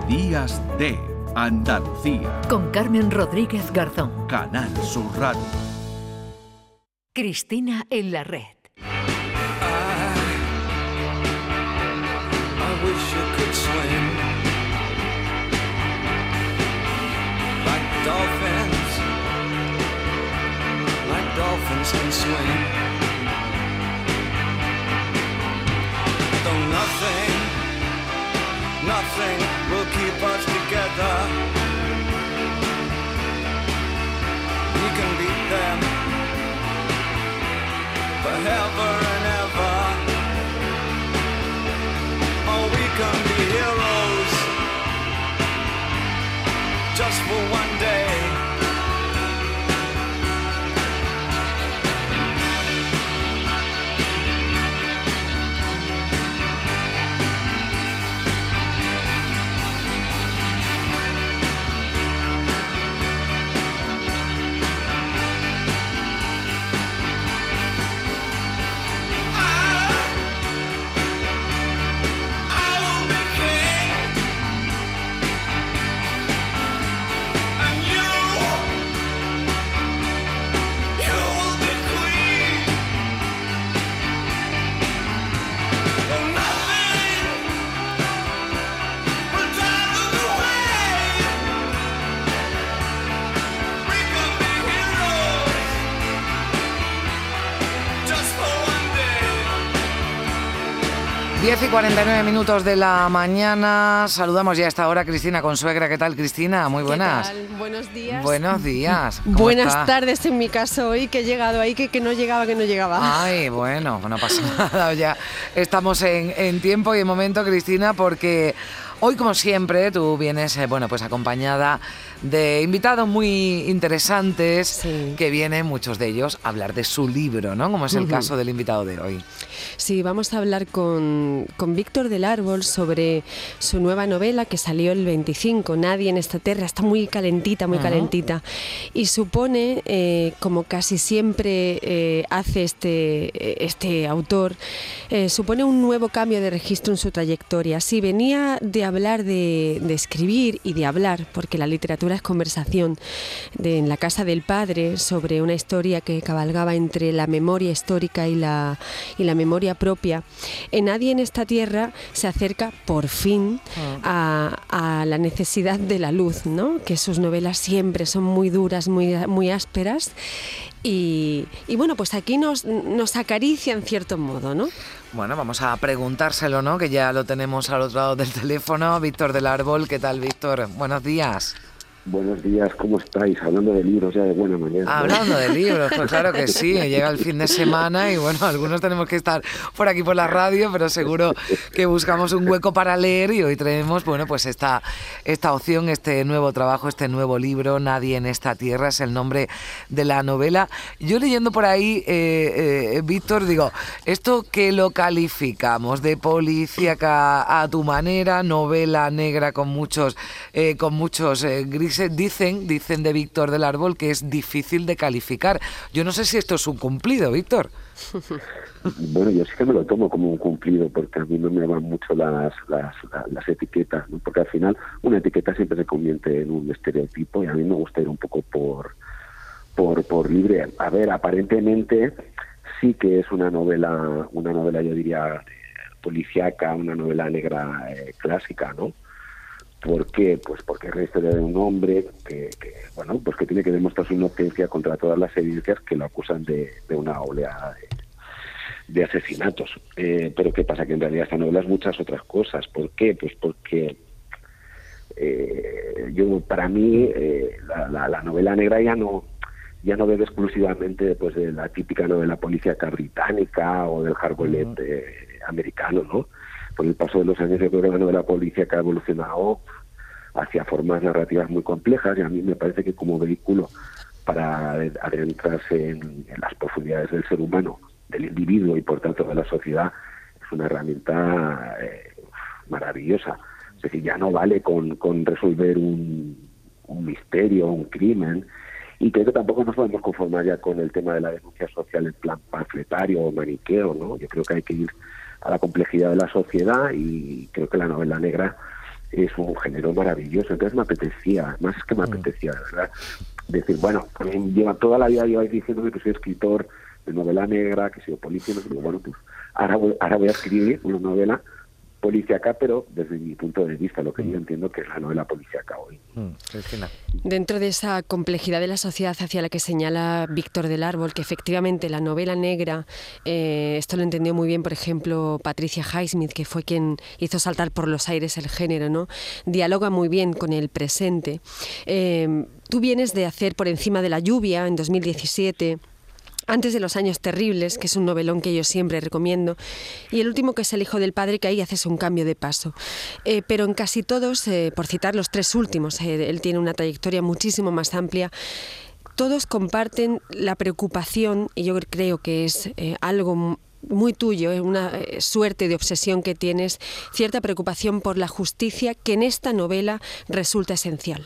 Días de Andalucía. Con Carmen Rodríguez Garzón. Canal Sur Radio. Cristina en la red. I wish you could swim like dolphins can swim. Though nothing will keep us together. We can beat them forever and ever. Oh, we can be heroes just for one day. Diez y 49 minutos de la mañana. Saludamos ya a esta hora a Cristina Consuegra. ¿Qué tal, Cristina? Muy buenas. ¿Qué tal? Buenos días. Buenos días. Buenas tardes en mi caso hoy, que he llegado ahí, que no llegaba. Ay, bueno, no pasa nada. Ya estamos en tiempo y en momento, Cristina, porque hoy, como siempre, tú vienes, pues acompañada de invitados muy interesantes, sí, que vienen, muchos de ellos, a hablar de su libro, ¿no? Como es el caso del invitado de hoy. Sí, vamos a hablar con Víctor del Árbol sobre su nueva novela que salió el 25, Nadie en esta tierra. Está muy calentita, calentita. Y supone, como casi siempre hace este autor, supone un nuevo cambio de registro en su trayectoria. Sí, venía de hablar de escribir y de hablar, porque la literatura es conversación, en la casa del padre, sobre una historia que cabalgaba entre la memoria histórica y la memoria propia. Nadie en esta tierra se acerca por fin a la necesidad de la luz, ¿no? Que sus novelas siempre son muy duras, muy ásperas, y bueno, pues aquí nos acaricia en cierto modo, ¿no? Bueno, vamos a preguntárselo, ¿no? Que ya lo tenemos al otro lado del teléfono. Víctor del Árbol. ¿Qué tal, Víctor? Buenos días. Buenos días, ¿cómo estáis? Hablando de libros ya de buena mañana. Hablando de libros, pues claro que sí, llega el fin de semana y bueno, algunos tenemos que estar por aquí por la radio, pero seguro que buscamos un hueco para leer y hoy traemos, pues esta opción, este nuevo trabajo, este nuevo libro, Nadie en esta tierra, es el nombre de la novela. Yo leyendo por ahí, Víctor, digo, ¿esto qué lo calificamos? ¿De policíaca a tu manera, novela negra con muchos grises? Dicen de Víctor del Árbol que es difícil de calificar. Yo no sé si esto es un cumplido, Víctor. Bueno, yo sí que me lo tomo como un cumplido, porque a mí no me van mucho las etiquetas, ¿no? Porque al final una etiqueta siempre se convierte en un estereotipo y a mí me gusta ir un poco por libre. A ver, aparentemente sí que es una novela yo diría policíaca, una novela negra clásica, ¿no? ¿Por qué? Pues porque es la historia de un hombre que tiene que demostrar su inocencia contra todas las evidencias que lo acusan de una oleada de asesinatos. Pero ¿qué pasa? Que en realidad esta novela es muchas otras cosas. ¿Por qué? Pues porque para mí la novela negra ya no bebe exclusivamente pues de la típica novela policíaca británica o del hardboiled americano, ¿no? Por el paso de los años yo creo que la novela policíaca ha evolucionado hacia formas narrativas muy complejas y a mí me parece que como vehículo para adentrarse en las profundidades del ser humano, del individuo y por tanto de la sociedad, es una herramienta maravillosa. Es decir, ya no vale con resolver un misterio, un crimen, y creo que tampoco nos podemos conformar ya con el tema de la denuncia social en plan panfletario o maniqueo, ¿no? Yo creo que hay que ir a la complejidad de la sociedad y creo que la novela negra es un género maravilloso. Entonces me apetecía, más es que me apetecía, de verdad, decir, bueno, a mí toda la vida lleváis diciéndome que soy escritor de novela negra, que soy policía, digo, bueno, pues ahora voy a escribir una novela policíaca, pero desde mi punto de vista, lo que yo entiendo que es la novela policíaca hoy. Dentro de esa complejidad de la sociedad hacia la que señala Víctor del Árbol, que efectivamente la novela negra, esto lo entendió muy bien, por ejemplo, Patricia Highsmith, que fue quien hizo saltar por los aires el género, ¿no? Dialoga muy bien con el presente. Tú vienes de hacer Por encima de la lluvia en 2017, Antes de los años terribles, que es un novelón que yo siempre recomiendo, y el último, que es El hijo del padre, que ahí haces un cambio de paso. Pero en casi todos, por citar los tres últimos, él tiene una trayectoria muchísimo más amplia, todos comparten la preocupación, y yo creo que es algo muy tuyo, una suerte de obsesión que tienes, cierta preocupación por la justicia, que en esta novela resulta esencial.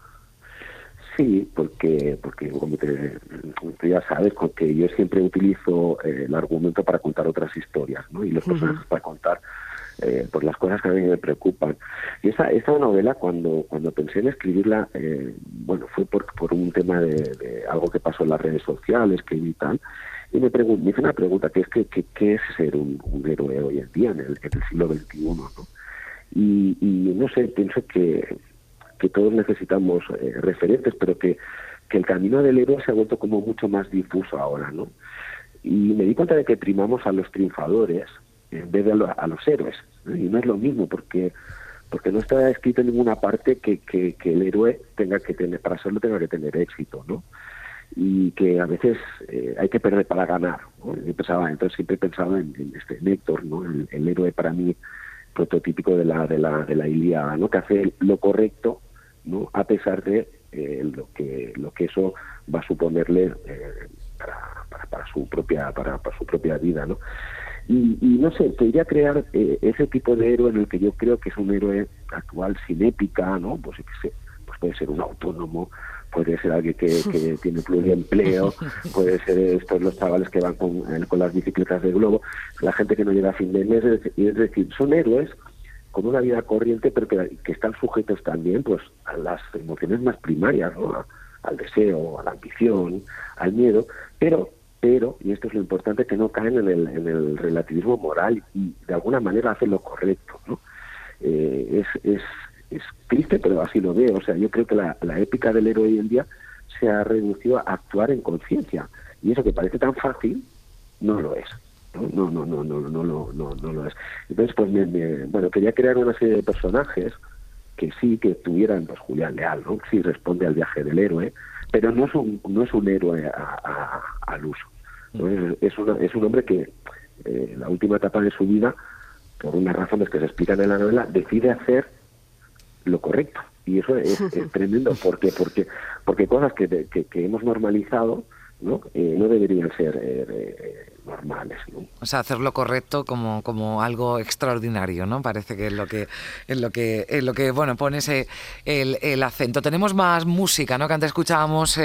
Sí, porque como tú ya sabes, que yo siempre utilizo el argumento para contar otras historias, ¿no? Y los personajes para contar por las cosas que a mí me preocupan. Y esa novela, cuando pensé en escribirla, bueno, fue por un tema de algo que pasó en las redes sociales, que y tal, y me hice una pregunta, que es ¿qué es ser un héroe hoy en día, en el siglo XXI, ¿no? Y no sé, pienso que todos necesitamos referentes, pero que el camino del héroe se ha vuelto como mucho más difuso ahora, ¿no? Y me di cuenta de que primamos a los triunfadores en vez de a los héroes, ¿no? Y no es lo mismo, porque no está escrito en ninguna parte que el héroe tenga que tener, para serlo tenga que tener éxito, ¿no? Y que a veces hay que perder para ganar, ¿no? Entonces siempre pensaba en Héctor, ¿no? El héroe para mí prototípico de la Ilíada, ¿no? Que hace lo correcto, ¿no? A pesar de lo que eso va a suponerle para su propia vida, ¿no? Y no sé, quería crear ese tipo de héroe en el que yo creo que es un héroe actual sin épica, ¿no? Pues puede ser un autónomo, puede ser alguien que tiene pluriempleo, puede ser estos los chavales que van con las bicicletas de globo, la gente que no llega a fin de mes, es decir, son héroes con una vida corriente, pero que están sujetos también pues a las emociones más primarias, ¿no? Al deseo, a la ambición, al miedo, pero, y esto es lo importante, que no caen en el relativismo moral y de alguna manera hacen lo correcto, ¿no? Es triste, pero así lo veo. O sea, yo creo que la épica del héroe hoy en día se ha reducido a actuar en conciencia, y eso que parece tan fácil no lo es. No lo es. Entonces, pues bueno, quería crear una serie de personajes que sí, que tuvieran, pues Julián Leal, ¿no? Sí responde al viaje del héroe, pero no es un héroe al uso, ¿no? Es un hombre que la última etapa de su vida, por unas razones que se explican en la novela, decide hacer lo correcto, y eso es tremendo, porque cosas que hemos normalizado, ¿no? No deberían ser normales, ¿no? O sea, hacer lo correcto como algo extraordinario, ¿no? Parece que es lo que bueno, pone el acento. Tenemos más música, ¿no? Que antes escuchábamos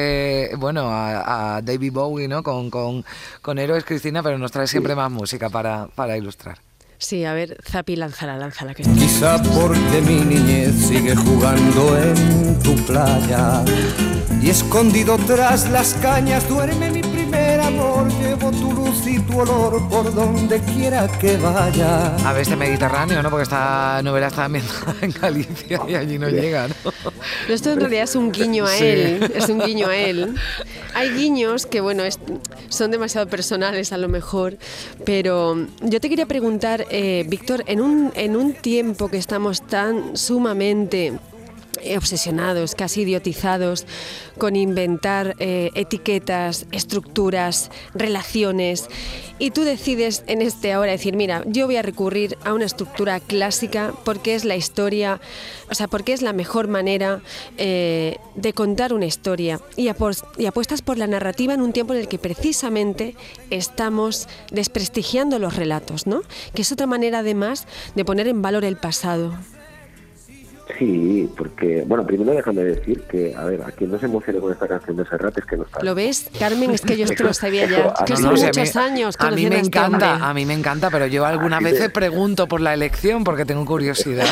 a David Bowie, ¿no? Con Héroes, Cristina, pero nos trae siempre más música para ilustrar. Sí, a ver, Zapi, lánzala. Que Quizá porque mi niñez sigue jugando en tu playa y escondido tras las cañas duerme mi primer amor. Llevo tu luz y tu olor por donde quiera que vaya. A ver, este Mediterráneo, ¿no? Porque esta novela está ambientada en Galicia y allí no llega, ¿no? Esto en realidad es un guiño a él, es un guiño a él. Hay guiños que, bueno, son demasiado personales a lo mejor, pero yo te quería preguntar, Víctor, en un tiempo que estamos tan sumamente obsesionados, casi idiotizados con inventar etiquetas, estructuras, relaciones, y tú decides en ahora decir, mira, yo voy a recurrir a una estructura clásica porque es la historia, o sea, porque es la mejor manera de contar una historia, y apuestas por la narrativa en un tiempo en el que precisamente estamos desprestigiando los relatos, ¿no? Que es otra manera además de poner en valor el pasado. Sí, porque, bueno, primero déjame decir que, a ver, a quien no se emocione con esta canción de Serrat es que no está. ¿Lo ves, Carmen? Es que yo esto lo sabía ya. Que No, son sí, muchos años a mí conociendo me a este encanta, hombre. a mí me encanta, pero yo algunas veces pregunto por la elección porque tengo curiosidad.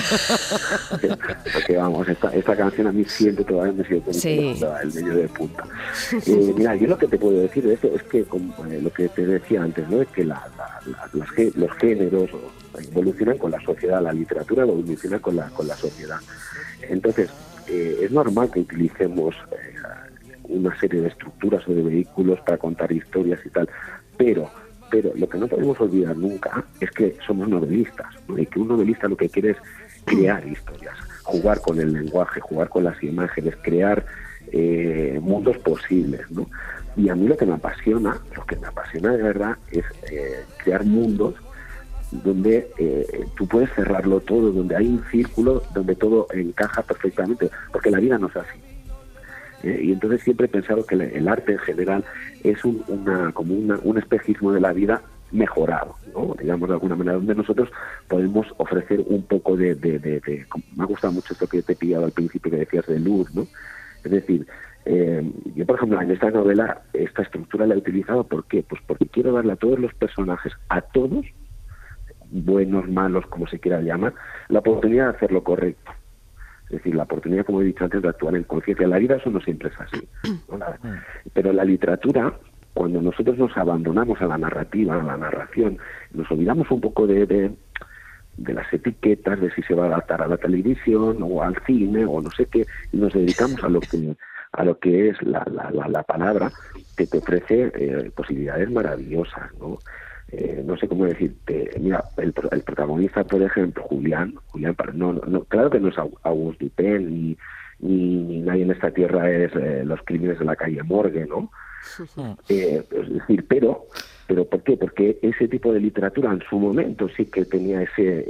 Porque vamos, esta canción a mí siempre todavía me sigue poniendo el medio de punta. Mira, yo lo que te puedo decir de esto es que, como, lo que te decía antes, ¿no? Es que los géneros evolucionan con la sociedad, la literatura evoluciona con la sociedad. Entonces, es normal que utilicemos una serie de estructuras o de vehículos para contar historias y tal, pero lo que no podemos olvidar nunca es que somos novelistas, ¿no? Y que un novelista lo que quiere es crear historias, jugar con el lenguaje, jugar con las imágenes, crear mundos posibles, ¿no? Y a mí lo que me apasiona de verdad es crear mundos donde tú puedes cerrarlo todo, donde hay un círculo, donde todo encaja perfectamente, porque la vida no es así. Y entonces siempre he pensado que el arte en general es como un espejismo de la vida mejorado, ¿no? Digamos de alguna manera, donde nosotros podemos ofrecer un poco de me ha gustado mucho esto que te he pillado al principio que decías de luz, ¿no? Es decir, yo por ejemplo en esta novela esta estructura la he utilizado, ¿por qué? Pues porque quiero darle a todos los personajes, a todos, buenos, malos, como se quiera llamar, la oportunidad de hacer lo correcto. Es decir, la oportunidad, como he dicho antes, de actuar en conciencia. En la vida eso no siempre es así, ¿no? Pero en la literatura, cuando nosotros nos abandonamos a la narrativa, a la narración, nos olvidamos un poco de las etiquetas, de si se va a adaptar a la televisión o al cine o no sé qué, y nos dedicamos a lo que es la palabra, que te ofrece posibilidades maravillosas, ¿no? No sé cómo decirte, mira, el protagonista, por ejemplo, Julián, claro que no es Auguste Dupin, ni Nadie en esta tierra es Los crímenes de la calle Morgue, ¿no? Es decir, pero ¿por qué? Porque ese tipo de literatura en su momento sí que tenía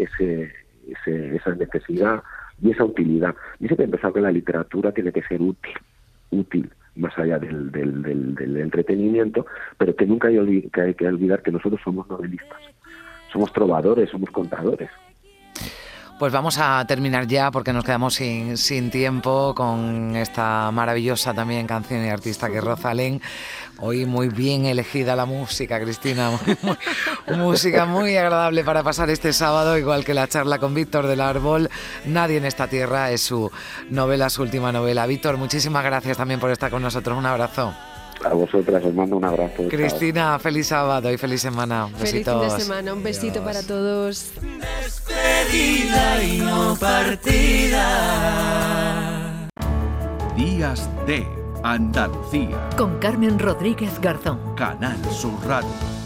esa necesidad y esa utilidad. Yo siempre he pensado que la literatura tiene que ser útil, más allá del entretenimiento, pero que nunca hay que olvidar que nosotros somos novelistas, somos trovadores, somos contadores. Pues vamos a terminar ya porque nos quedamos sin tiempo con esta maravillosa también canción y artista que es Rosalén. Hoy muy bien elegida la música, Cristina, música muy agradable para pasar este sábado, igual que la charla con Víctor del Árbol. Nadie en esta tierra es su novela, su última novela. Víctor, muchísimas gracias también por estar con nosotros. Un abrazo. A vosotras os mando un abrazo. Cristina, feliz sábado y feliz semana. Besitos. Feliz fin de semana, un besito para todos. Despedida y no partida. Días de Andalucía. Con Carmen Rodríguez Garzón. Canal Sur Radio.